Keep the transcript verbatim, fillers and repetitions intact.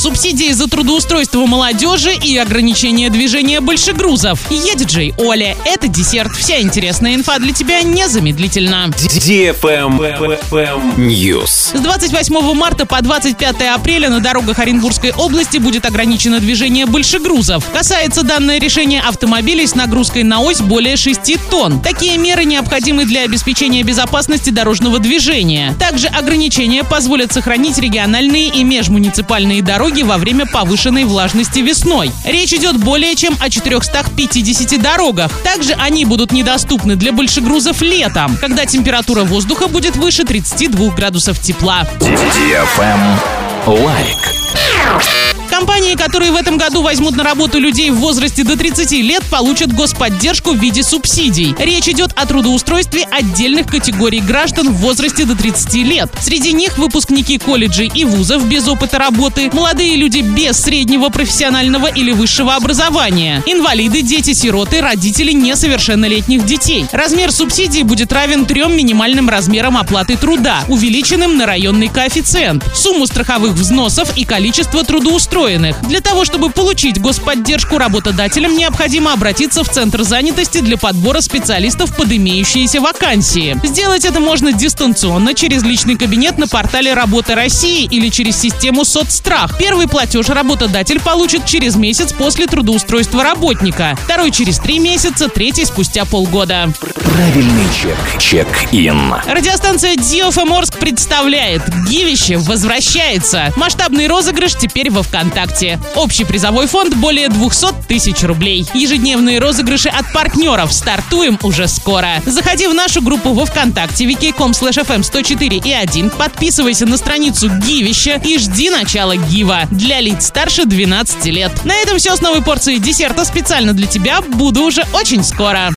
субсидии за трудоустройство молодежи и ограничение движения большегрузов. Я диджей Оля. Это десерт. Вся интересная инфа для тебя незамедлительно. News. С двадцать восьмого марта по двадцать пятое апреля на дорогах Оренбургской области будет ограничено движение большегрузов. Касается данное решение автомобилей с нагрузкой на ось более шести тонн. Такие меры необходимы для обеспечения безопасности дорожного движения. Также ограничения позволят сохранить региональные и межмуниципальные дороги во время повышенной влажности весной. Речь идет более чем о четырехстах пятидесяти дорогах. Также они будут недоступны для большегрузов летом, когда температура воздуха будет выше тридцати двух градусов тепла. Лайк. Компании, которые в этом году возьмут на работу людей в возрасте до тридцати лет, получат господдержку в виде субсидий. Речь идет о трудоустройстве отдельных категорий граждан в возрасте до тридцати лет. Среди них выпускники колледжей и вузов без опыта работы, молодые люди без среднего профессионального или высшего образования, инвалиды, дети-сироты, родители несовершеннолетних детей. Размер субсидий будет равен трем минимальным размерам оплаты труда, увеличенным на районный коэффициент, сумму страховых взносов и количество трудоустроенных. Для того, чтобы получить господдержку, работодателям необходимо обратиться в Центр занятости для подбора специалистов под имеющиеся вакансии. Сделать это можно дистанционно через личный кабинет на портале «Работа России» или через систему «Соцстрах». Первый платеж работодатель получит через месяц после трудоустройства работника, второй через три месяца, третий спустя полгода. Правильный чек. Чек-ин. Радиостанция ди эф эм Орск представляет: Гивище возвращается. Масштабный розыгрыш теперь во ВКонтакте. Общий призовой фонд более двухсот тысяч рублей. Ежедневные розыгрыши от партнеров. Стартуем уже скоро. Заходи в нашу группу во ВКонтакте ви кей точка ком слэш эф эм сто четыре и один, подписывайся на страницу Гивища и жди начала Гива для лиц старше двенадцати лет. На этом все с новой порцией десерта специально для тебя. Буду уже очень скоро.